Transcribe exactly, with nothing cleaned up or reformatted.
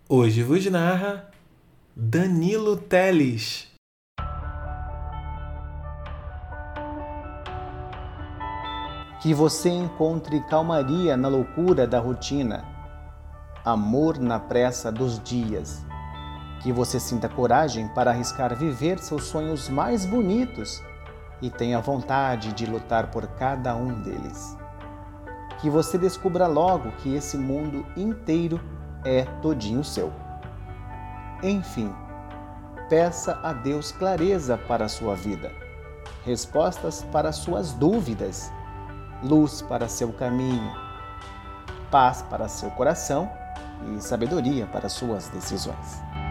Hoje vos narra Danilo Teles. Que você encontre calmaria na loucura da rotina, amor na pressa dos dias. Que você sinta coragem para arriscar viver seus sonhos mais bonitos e tenha vontade de lutar por cada um deles. Que você descubra logo que esse mundo inteiro é todinho seu. Enfim, peça a Deus clareza para a sua vida, respostas para suas dúvidas, luz para seu caminho, paz para seu coração e sabedoria para suas decisões.